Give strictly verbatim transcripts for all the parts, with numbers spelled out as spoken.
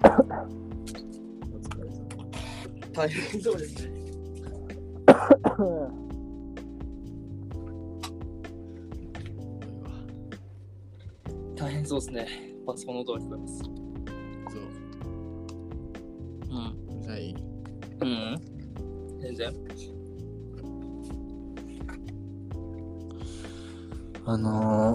疲れ様。 大変そうですね。大変そうですね。パソコンの音が聞こえます。 そう。 うん。 うざい。 うん。全然。 あの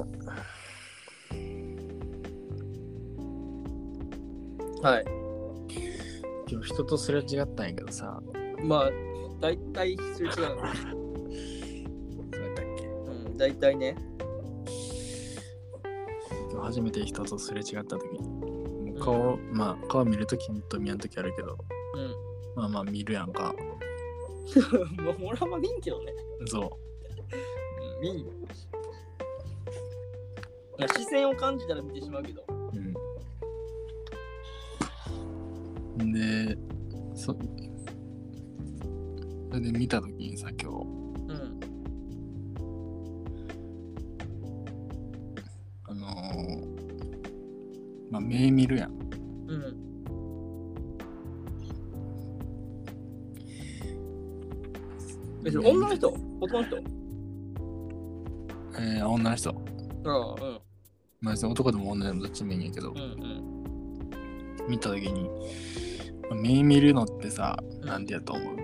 ー、はい。 今日人とすれ違ったんやけどさ。 まあ、大体すれ違う。 そうやったっけ？ うん、大体ね。 今日初めて人とすれ違った時に、もう顔、うん、まあ顔見るときと見やんときあるけど、 うん。 まあまあ見るやんか。 もう俺はまあ見んけどね。 そう。 うん、見んよ。視線を感じたら見てしまうけど。 うん。で、そ、それで見たときにさ、今日。うん。あのー、まあ目見るやん。うん。 え、それ女の人？男の人？ えー、女の人。 ああ、うん。 まあ、男でも女でもどっちもいいんやけど、うんうん、見たときに、目見るのってさ、うん、なんでやと思う？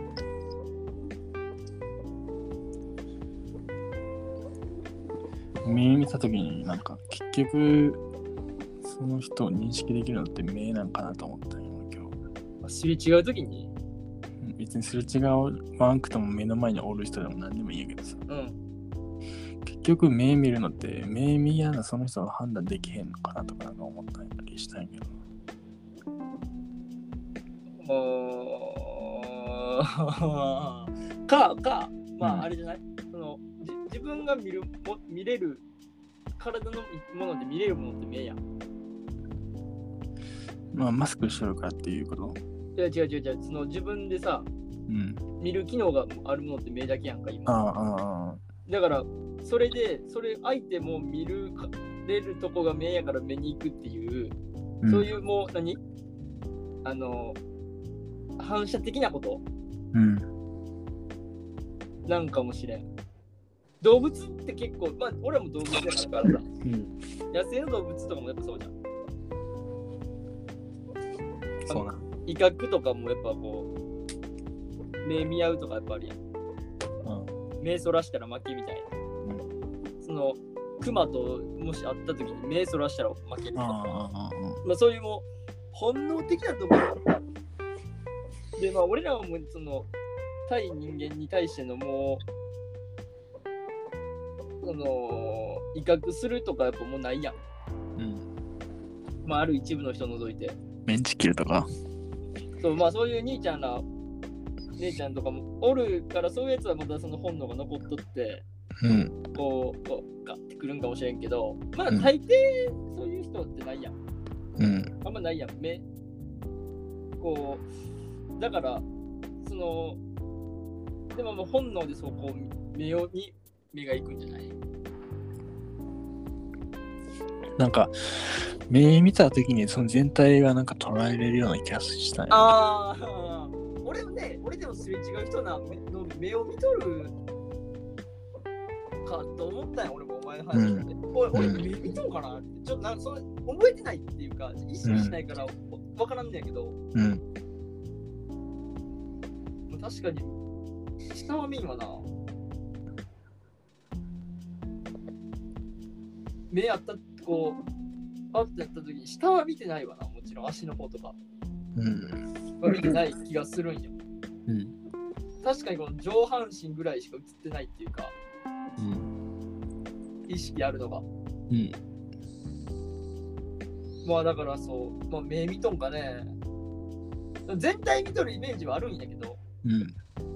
目見たときになんか結局その人を認識できるのって目なんかなと思ったんよ今日。すれ違うときに？ 別にすれ違わんくとも目の前におる人でも何でもいいんやけどさ、うん、結局目見るのって目見やなその人が判断できへんのかなとかなんか思ったりしたんやけど。 あーかかまあ、うん、あれじゃない、その自分が見るも見れる体のもので見れるものって目やん。 まあマスクしとるからっていうこと？ いや違う違う違う、その自分でさ、うん、見る機能があるものって目だけやんか今。あああだからそれでそれ相手も見るれるとこが目やから目に行くっていう、うん、そういうもう何あの反射的なこと、うん、なんかもしれん。動物って結構まあ俺も動物だからさ、うん、野生の動物とかもやっぱそうじゃん。 そうな。 威嚇とかもやっぱこう目見合うとかやっぱあるやん、うん、目そらしたら負けみたいな、うん、そのクマともし会った時に目そらしたら負けるとか、あまあそういうもう本能的なところで、まあ俺らはもうその対人間に対してのもうその威嚇するとかやっぱもうないやん、うん、まあある一部の人除いてメンチ切るとか、 そうまあそういう兄ちゃんら姉ちゃんとかもおるから、そういうやつはまたその本能が残っとって、うん、こうこうガッてくるんかもしれんけど、まあ大抵そういう人ってないやん、うん、あんまないやん目こうだからそのでももう本能でそうこう目をに目がいくんじゃない？ なんか目見たときにその全体がなんか捉えれるような気がしたんや、ね。 ああ、俺もね、俺でもすれ違う人の目を見とるかと思ったんや、俺もお前の話で。うん、俺、俺目見とるかなって、ちょっとなんかそれ覚えてないっていうか、意識しないからわからんねんやけど、うん、確かに、下は見んわな。目あったこうパッてやった時に下は見てないわな、もちろん足の方とか、うん、は見てない気がするんよ、うん、確かにこの上半身ぐらいしか映ってないっていうか、うん、意識あるのが、うん、まあだからそう、まあ、目見とんかね、全体見とるイメージはあるんやけど、うん、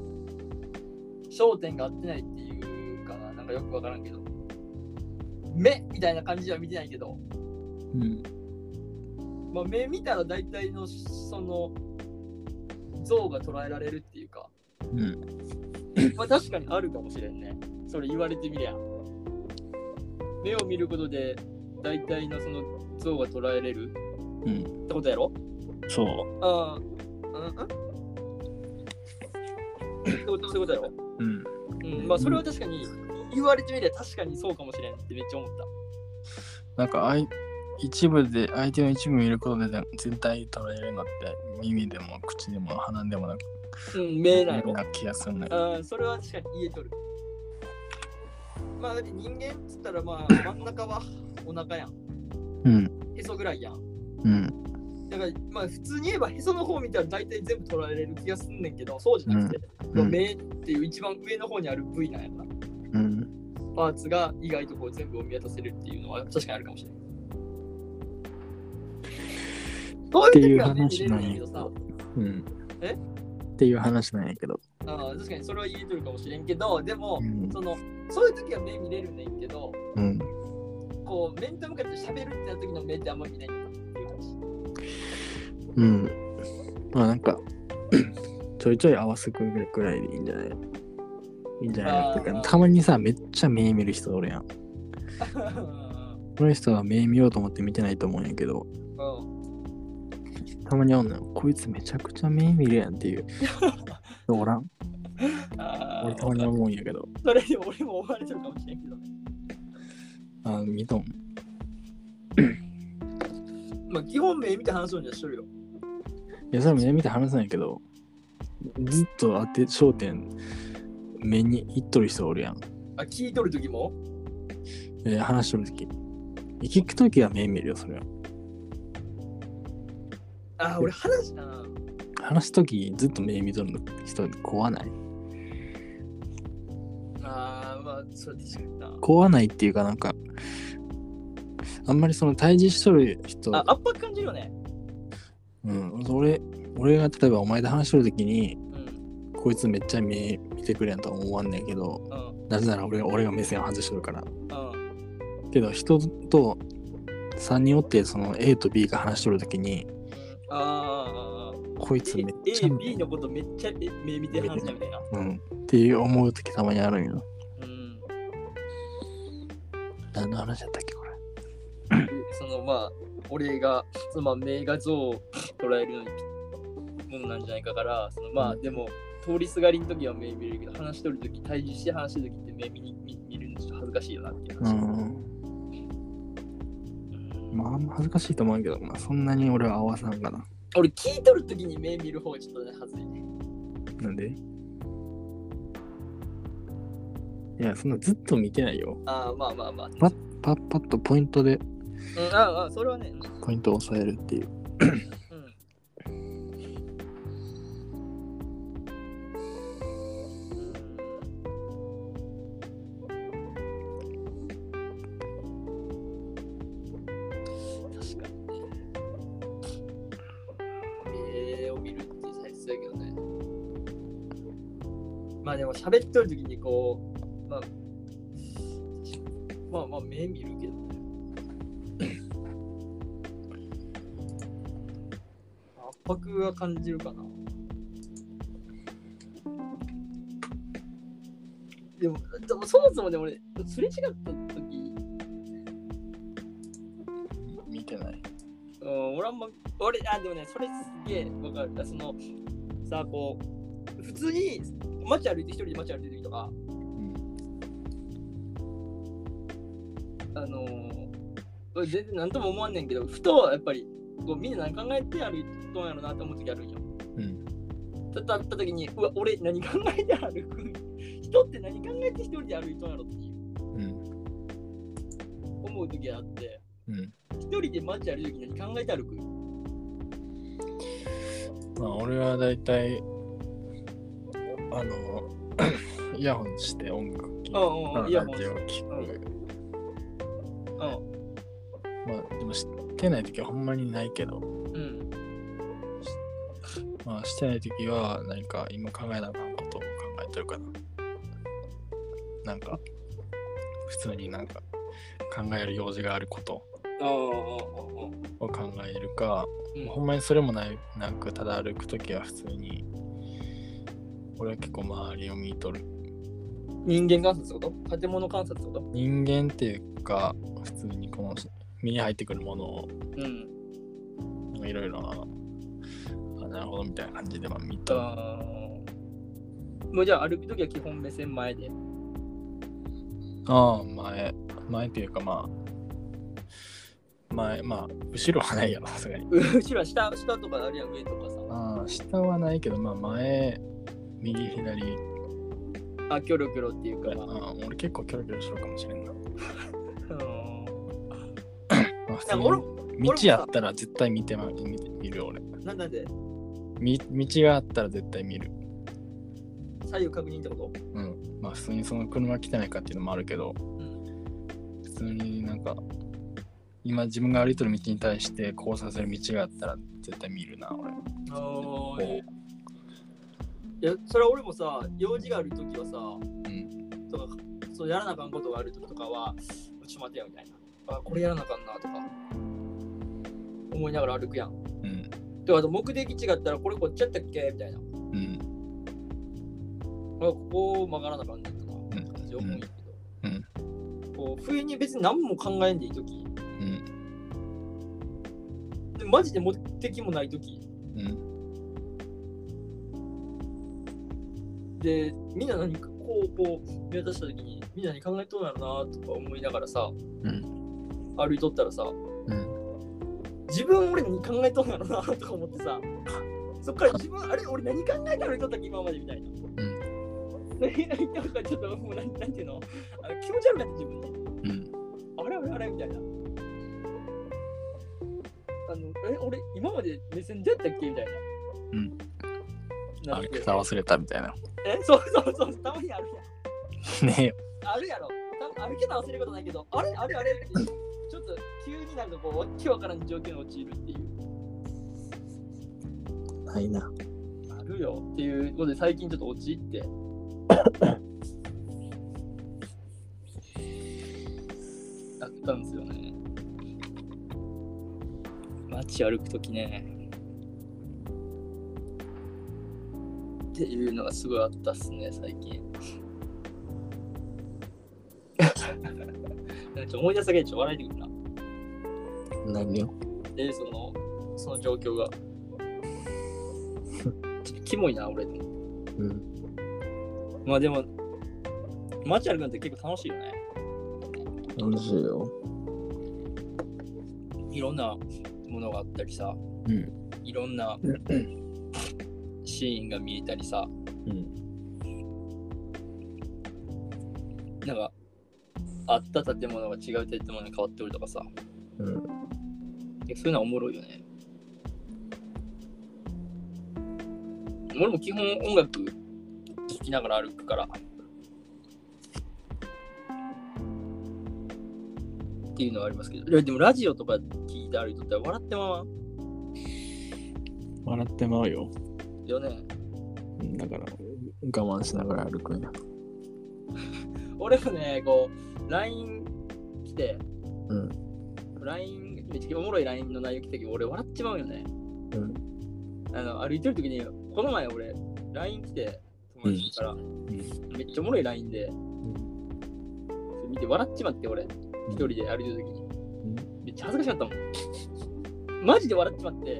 焦点が合ってないっていうかな、なんかよくわからんけど目みたいな感じでは見てないけど、うん、まあ目見たら大体のその像が捉えられるっていうか、うん、まあ確かにあるかもしれんね。それ言われてみりゃ、目を見ることで大体のその像が捉えれる、うん、ってことやろ？ そう。 ああ、うんうん。そういうことそういうことやろ。うん。うん、まあそれは確かに、言われてみれば確かにそうかもしれんってめっちゃ思った。 なんかあい一部で相手の一部見ることで全体捉えるのって耳でも口でも鼻でもなく、 うん、見えないのな気がするね。 うん、それは確かに言えとる。まあだって人間っつったらまあ真ん中はお腹やん。うん。へそぐらいやん。うん。だからまあ普通に言えばへその方見たら大体全部捉えれる気がすんねんけど、そうじゃなくて、うん、目っていう一番上の方にある部位なんやな。うん。パーツが意外とこう全部を見渡せるっていうのは確かにあるかもしれない。 っていう話なんやけど、うん。え？っていう話なんやけど。 ああ、確かにそれは言えとるかもしれんけど、でも、うん、そのそういう時は目見れるねんけど、うん、こう面と向かって喋るってなった時の目ってあんま見ないっていう話。 うん。まあなんかちょいちょい合わせくぐらいでいいんじゃないいいんじゃないっていうか、たまにさめっちゃ目見る人おるやん。この人は目見ようと思って見てないと思うんやけど。うんたまにおんのよ。こいつめちゃくちゃ目見るやんっていう。おらん俺たまに思うんやけど。 それでも俺も思われてるかもしれんけどね。 あ、見とん。 まあ基本目見て話すんじゃしとるよ。 いや、それ目見て話すんやけど、ずっと当て、焦点、目にいっとる人おるやん。 あ、聞いとるときもいや、話しとるとき。聞くときは目見るよ、それは。 あ、俺話な。 話すときずっと目見とる人怖ない？ ああ、まあ、そうですよな。 怖ないっていうかなんか、あんまりその対峙しとる人。 あ、圧迫感じるよね。 うん、俺、俺が例えばお前で話しとるときに、うん、こいつめっちゃ目見てくれんとは思わんねんけど、うん、なぜなら俺が俺が目線外しとるから。うん、けど人とさんにんおってその A と B が話しとるときに、ああ、こいつめっちゃ A、B のことめっちゃ目見て話したみたいな。 うん。っていう思うときたまにあるんよ。うん。何の話だったっけこれ。 そのまあ俺がそのまあ目画像を捉えるものなんじゃないかから、そのまあでも通りすがりの時は目見るけど話しとる時対峙して話してる時って目見に 見, 見るのちょっと恥ずかしいよなっていう話。うん。 まああんま恥ずかしいと思うけど、まあそんなに俺は合わさんかな。 俺聞いとるときに目見る方がちょっとね、恥ずいね。 なんで？いや、そんなずっと見てないよ。 ああ、まあまあまあ。 パッパッパッとポイントで、 うん、ああ、それはね。 ポイントを押さえるっていう。 まあでも喋っとるときにこう、まあ、まあまあ目見るけどね。圧迫は感じるかな。でも、でもそもそもでも俺、すれ違ったとき見てない。 うん、俺あんま、俺、あ、でもね、それすげえわかる。その、さ、こう、普通に、街歩いて一人で街歩いてる時とか、うん、あのー、全然何とも思わんねんけど、ふとやっぱりこうみんな何考えて歩いてどうやろうなって思う時あるんよ。うん。ちょっと会った時に、うわ、俺何考えて歩く人って何考えて一人で歩いとんやろっていう、うん、思う時があって、うん、一人で街歩いてる時何考えて歩く？ まあ俺はだいたいあのイヤホンして音楽聴く、うんうん、イヤホンして聴く、うんうん、まあでもしてないときはほんまにないけど、うん、まあしてないときは何か今考えなあかんことを考えてるかな。なんか普通になんか考える用事があることを考えるか、うん、ほんまにそれもないなくただ歩くときは普通に俺は結構周りを見とる。 人間観察ってこと？建物観察ってこと？ 人間っていうか普通にこの目に入ってくるものをいろいろななるほどみたいな感じでまあ見た。あもうじゃあ歩くときは基本目線前で。 ああ、前、前というかまあ、前、まあ、後ろはないやろ、さすがに。 後ろは下、下とかあるやん、上とかさ。 ああ、下はないけど、まあ前、右、左。 あ、キョロキョロっていうか。 ああ、俺結構キョロキョロしろかもしれんな。まあ、普通に道やったら絶対見て、ま、見て見る俺。 なんなんでみ道があったら絶対見る。 左右確認ってこと？ うん。まあ普通にその車来てないかっていうのもあるけど、うん、普通になんか今自分が歩いてる道に対して交差する道があったら絶対見るな俺。 ああ。いやそれは俺もさ用事があるときはさ、うん、とかそうやらなあかんことがあるときとかはちょっと待てよみたいな。あこれやらなあかんなとか思いながら歩くやん。うん。であと目的地があったらこれこっちやったっけみたいな。うん。あここ曲がらなあかんねんとか、うん、感じ思うんやけど、うん、こう不意に別に何も考えんでいいとき、うん、でマジで目的もないとき、うん、でみんな何かこうこう見渡したときにみんなに考えとんやろなとか思いながらさ、うん、歩いとったらさ、うん、自分俺何考えとんやろなとか思ってさそっから自分あれ俺何考えて歩いとったっけ今までみたいな、うんなんかちょっともうなんなんていうのあ気持ち悪くなって自分で、うん、あれあれあれみたいなあのえ俺今まで目線どうやったっけみたいなうん歩き方忘れたみたいなえそうそうそうたまにあるやんねえよあるやろ歩き方忘れることないけどあれあれあれってちょっと急になんかこうわけわからん状況に陥るっていうないなあるよっていうことで最近ちょっと陥ってだったんですよね。街歩くときね。っていうのがすごいあったっすね、最近。ちょ思い出すだけでちょっと笑いてくるな。 何よで、その、その状況が。ちょっとキモいな、俺でも。うん。まあでも、街歩くのって結構楽しいよね。 楽しいよ。 いろんなものがあったりさ、うん、いろんなシーンが見えたりさ、うん、なんか、あった建物が違う建物に変わってるとかさ、うん、そういうのはおもろいよね。俺も基本音楽聴きながら歩くからっていうのはありますけど、でもラジオとか聞いて歩いとったら笑ってまわん笑ってまうよよね。 だから我慢しながら歩くんや俺もねこう ライン 来て、うん、ライン めっちゃおもろい ライン の内容来たけど俺笑っちまうよね、うん、あの歩いてる時にこの前俺 ライン 来て友達から、うん、めっちゃおもろい ライン で、うん、見て笑っちまって俺一人で歩いてる時に、うん、めっちゃ恥ずかしかったもんマジで笑っちまって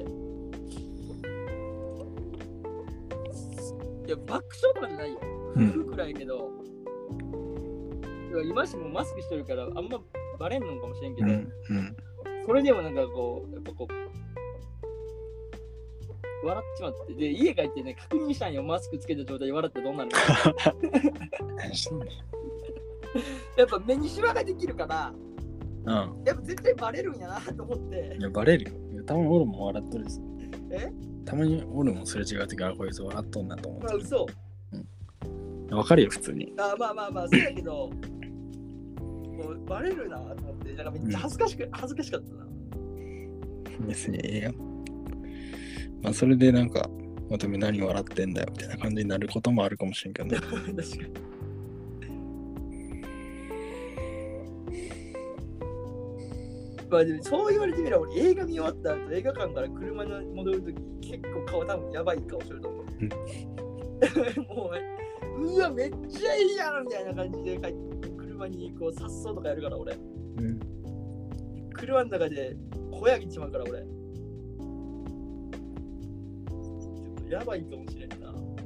いや爆笑とかじゃないよ夫婦くらいやけど、うん、今しもマスクしてるからあんまバレんのかもしれんけど、うんうん、それでもなんかこうやっぱこう笑っちまってで家帰ってね確認したんよマスクつけた状態で笑ってどうなるかやっぱ目にシワができるから、うん、やっぱ絶対バレるんやなと思っていやバレるよたまに俺も笑っとるですえたまに俺もすれ違う時はこいつ笑っとんなと思って、まあ、 嘘、 うん、分かるよ普通にあまあまあまあそうやけどもうバレるなと思ってなんかめっちゃ恥ずかしく、うん、恥ずかしかったな別にええやんまあそれでなんかまた何笑ってんだよみたいな感じになることもあるかもしれんけどね確かにまあでもそう言われてみれば俺映画見終わった後映画館から車に戻るとき結構顔多分やばい顔してると思うもううわめっちゃいいやんみたいな感じで帰って車にこうさっそうとかやるから俺、うん、車の中で声上げちまうから俺やばいかもしれんな。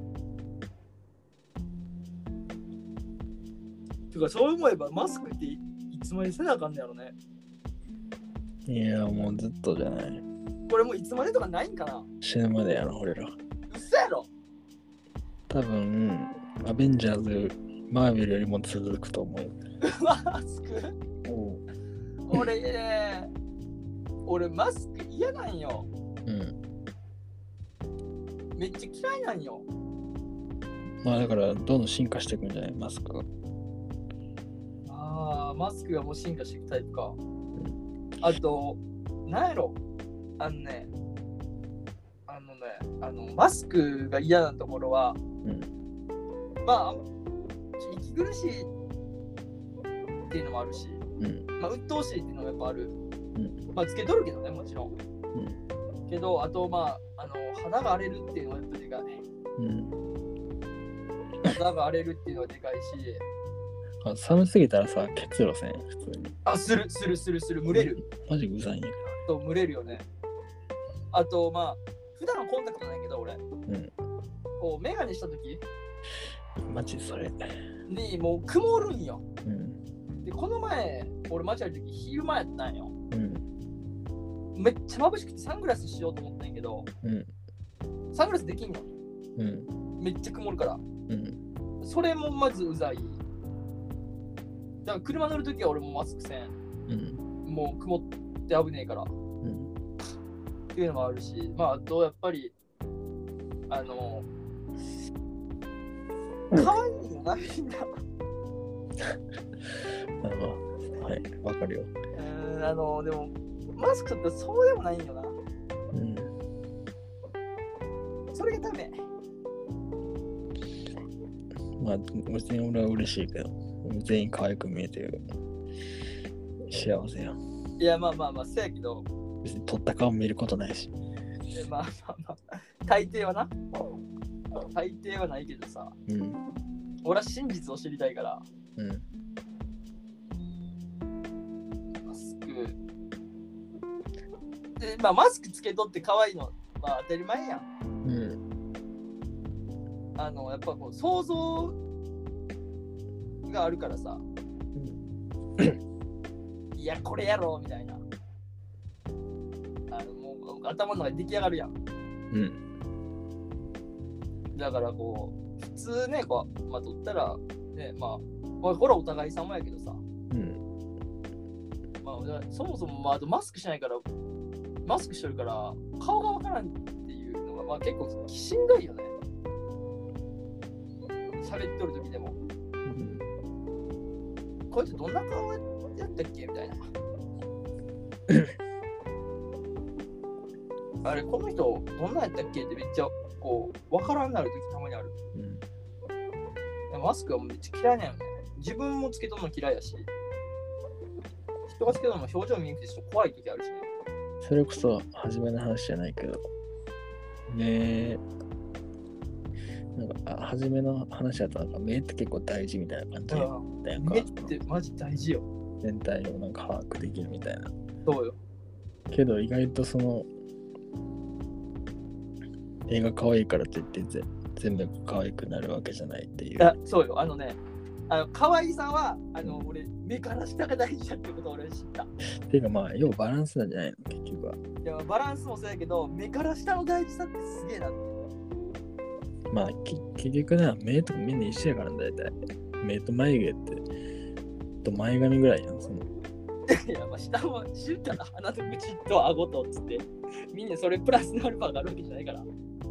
てかそう思えばマスクっていつまでせなあかんねやろね。 いやもうずっとじゃない。 これもういつまでとかないんかな。 死ぬまでやろ俺ら。 うっそやろ。 多分アベンジャーズマーベルよりも続くと思う。 マスク？俺ね、俺マスク嫌なんよ。 うん。 めっちゃ嫌いなんよ。 まあだからどんどん進化していくんじゃないマスクが。 ああ、マスクがもう進化していくタイプか。うん、あと、なんやろ。あのね、あのね、あのマスクが嫌なところは、うん、まあ息苦しいっていうのもあるし、うん、まあ鬱陶しいっていうのもやっぱある。うん、まあつけとるけどね、もちろん。うん、けど、あとまああの肌が荒れるっていうのはやっぱでかい。うん、肌が荒れるっていうのはでかいし。 あ、寒すぎたらさ、結露せん普通に。 あ、するするするする、蒸れる。 マジうざいんやけど。そう、蒸れるよね。あとまあ普段はコンタクトないけど俺、うん、こうメガネした時マジそれにもう曇るんよ、うん、でこの前俺街歩いた時昼間やったんよ、うん、めっちゃ眩しくてサングラスしようと思ったんやけど、うん、サングラスできんの、うん、めっちゃ曇るから、うん、それもまずうざい。だから車乗る時は俺もマスクせん、うん、もう曇って危ねえからっていうのもあるし、まあ、あとやっぱりあの可愛いよなみんな。 あのはいわかるよ。 うんあのでもマスクってそうでもないんよな。うん。それがダメ。 まあ別に俺は嬉しいけど全員可愛く見えてる幸せや。 いやまあまあまあせやけど。 別に撮った顔見ることないし。 まあまあまあ、大抵はな。大抵はないけどさ。うん、俺は真実を知りたいから。うん、マスク。で、まあマスクつけとって可愛いの、まあ当たり前やん。うん、あの、やっぱこう、想像があるからさ。うん、いや、これやろみたいな。頭の中で出来上がるやん、うん、だからこう普通ねこうまあ撮ったらねまあこれはお互い様やけどさ、うんまあ、そもそも、まあ、あとマスクしないからマスクしてるから顔がわからんっていうのが、まあ、結構しんどいよね喋っとる時でも、うん、こいつどんな顔やったっけみたいなあれこの人どんなやったっけってめっちゃこう分からんなる時たまにある、うん、マスクはめっちゃ嫌いなんよね。自分もつけとるの嫌いやし人がつけとるの表情見にくてちょっと怖い時あるしね。 それこそ初めの話じゃないけどねなんかあ初めの話だとなんか目って結構大事みたいな感じだよ目ってマジ大事よ。 全体をなんか把握できるみたいな。 そうよ。 けど意外とその映画可愛いからといって全部可愛くなるわけじゃないっていう。 あそうよ。あのねあの可愛さはあの俺目から下が大事だってことを俺知った。 っていうかまあ要はバランスなんじゃないの結局は。 いやバランスもそうやけど目から下の大事さってすげえなって。 まあ結局な目とかみんな一緒やから大体目と眉毛ってと前髪ぐらいやんその。 いやまあ下もシュッたら鼻と口と顎とっつってみんなそれプラスのアルファがあるわけじゃないから。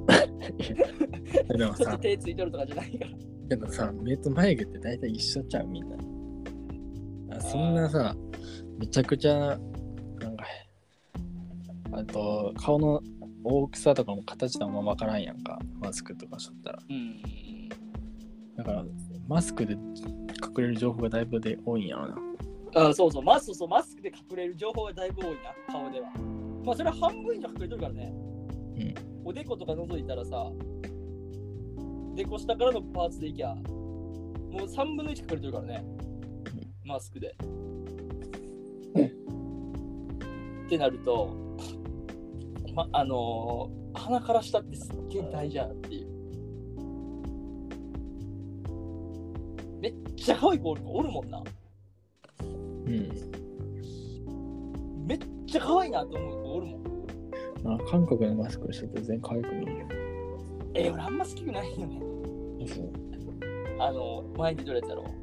でもさ手ついてるとかじゃないから。 けどさ目と眉毛って大体一緒ちゃうみんな。あそんなさめちゃくちゃなんかあと顔の大きさとかも形とかもわからんやんかマスクとかしとったら、うん、だからマスクで隠れる情報がだいぶで多いんやろな。 あそうそうマスクそうマスクで隠れる情報がだいぶ多いな顔では。まあそれは半分以上隠れてるからね、うん、おでことか覗いたらさでこ下からのパーツでいきゃもうさんぶんのいち隠れてるからね、うん、マスクで、うん、ってなるとまあの鼻から下ってすっげえ大事やなっていう。めっちゃ可愛い子おるおるもんな。 うん。 めっちゃ可愛いなと思う子おるもん。 あ、韓国のマスクしてて全然可愛く見えるよ。 えー、俺あんま好きくないよね。そう。あの、前に出てるやつやろ。うん。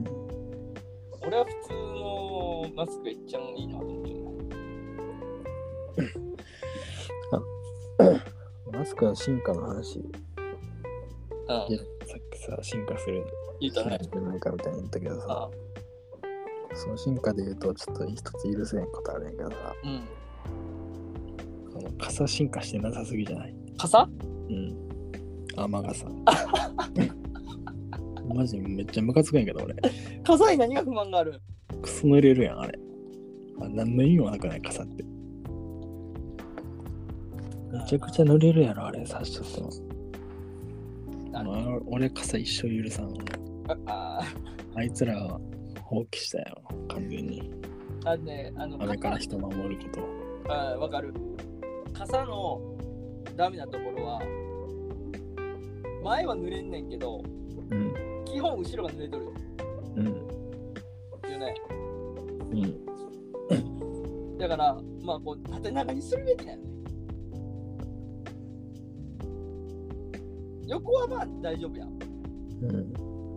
俺は普通のマスクが一番いいなと思ってる。 マスクの進化の話。うん。さっきさ、進化する。 言ったね。 ないかみたいに言ったけどさ。ああ、その進化で言うと、ちょっと一つ許せんことあるんやけどさ。うん。傘進化してなさすぎじゃない？ 傘？ うん。雨傘。マジめっちゃムカつくんやけど俺。 傘に何が不満がある？ くそ濡れるやんあれ。あ、何の意味もなくない傘って。めちゃくちゃ濡れるやろあれ差しとっても。あの俺傘一生許さん。あ, あ, あいつらは放棄したよ完全に。 あねあの雨から人守ること。 あ、わかる。傘のダメなところは前は濡れんねんけど、うん、基本後ろが濡れとる。うん。よね。うん。だからまあこう縦長にするべきだよね。横はまあ大丈夫やん。うん。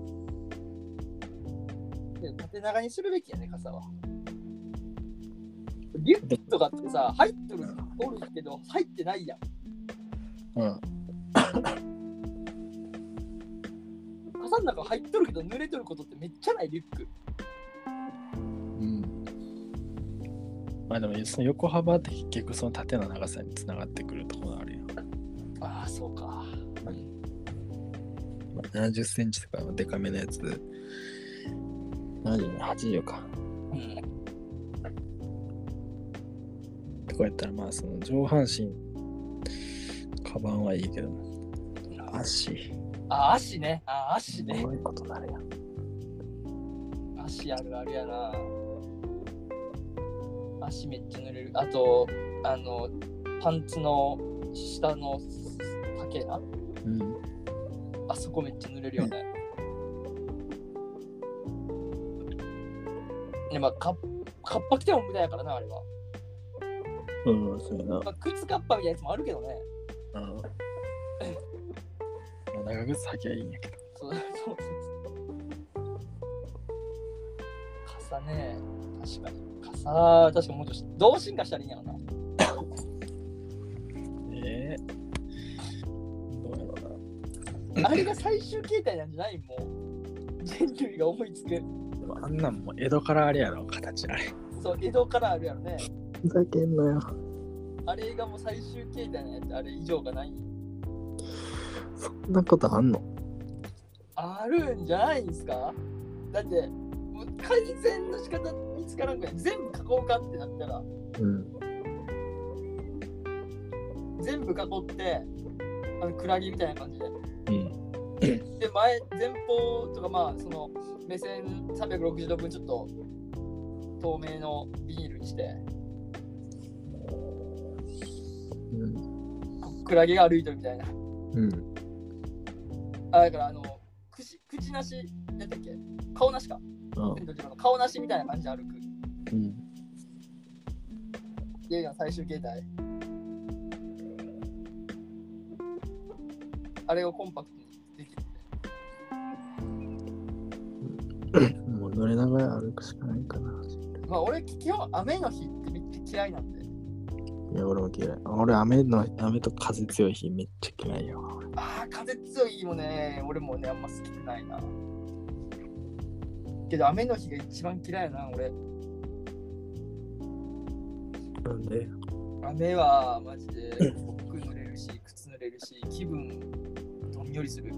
で縦長にするべきやね傘は。リュックとかってさ入ってるおるけど入ってないやん。うん。傘の中入っとるけど濡れとることってめっちゃないリュック。 うん。まあでもその横幅って結局その縦の長さにつながってくるところがあるよ。 ああそうか。うん。 まあ、ななじゅっセンチとかデカめのやつ。ななじゅう、はちじゅうか。うん。こうやったらまあその上半身カバンはいいけど足あ足ねあ足ねすごいことなるやん。 足あるあるやな。足めっちゃ濡れる。あとあのパンツの下の丈な、うん、あそこめっちゃ濡れるよね、うん、でまあカッパ着ても無駄やからなあれは。 うん、そうやな。 まあ、靴カッパみたいなやつもあるけどね。 うん。長靴履きゃいいんやけど。そうそうそう。 傘ね、確かに。傘、確かにもうちょっとどう進化したらいいんやろな。 ええー。どうやろうな。あれが最終形態なんじゃない？もう人類が思いつく。でもあんなんも江戸からあれやろ、形あれ。 そう、江戸からあるやろね。 ふざけんなよ。 あれがもう最終形態のやつ、あれ以上がない。 そんなことあんの？ あるんじゃないんすか？だってもう改善の仕方見つからんくらい全部囲うかってなったら、うん、全部囲ってあのクラゲみたいな感じで、うん、で前前方とかまあその目線さんびゃくろくじゅうど分ちょっと透明のビニールにして、うん、クラゲが歩いてるみたいな、うん、あだからあの口口なしやったっけ、顔なしか、うん、顔なしみたいな感じで歩く、うん、っていうの最終形態。あれをコンパクトにできる。もう乗れながら歩くしかないかな。 まあ俺基本雨の日ってめっちゃ嫌いなんで。いや俺も嫌い。俺雨の雨と風強い日めっちゃ嫌いよ。 ああ風強い日もね俺もねあんま好きくないな。けど雨の日が一番嫌いやな俺。 なんで？ 雨はマジで服濡れるし靴濡れるし気分どんよりする。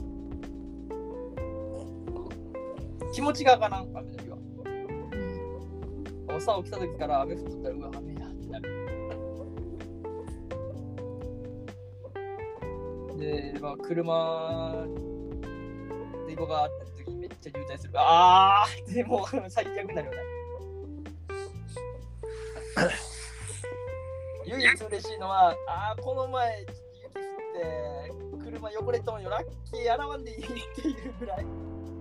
気持ちが上がらん雨の日は。朝起きた時から雨降っとったらうわ雨やってなる。で、まあ、車で行こうかって時にめっちゃ渋滞する。あーでもう最悪になるよね。 唯一嬉しいのは、ああ、この前、雪降って、車汚れとんよ、ラッキー、洗わんでいいっていうぐらい。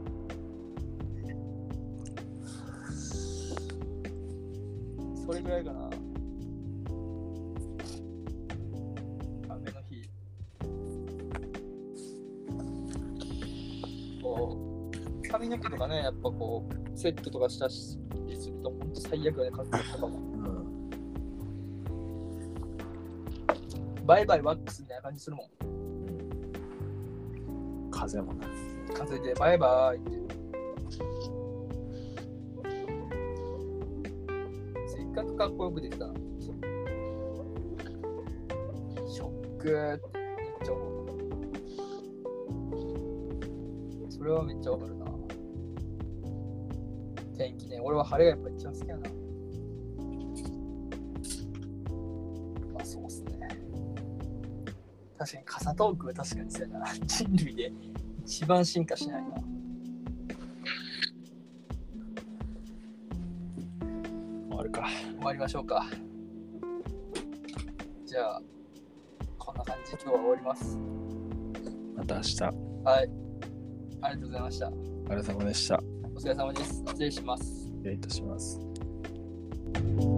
それぐらいかな。雨の日。こう、髪の毛とかね、やっぱこう、セットとかしたりすると、ほんと最悪だね、髪の毛とかも。バイバイワックスみたいな感じするもん。 風もな。 風でバイバイって。せっかくかっこよくできたな。ショックーってめっちゃ思う。それはめっちゃわかるな。天気ね、俺は晴れがやっぱ一番好きやな。まあそうっすね。確かに傘トークは確かにそうやな。人類で一番進化しないな。 終わるか。 終わりましょうか。じゃあ、こんな感じで今日は終わります。 また明日。 はい。ありがとうございました。お疲れ様でした。 お疲れ様です。失礼します。 失礼いたします。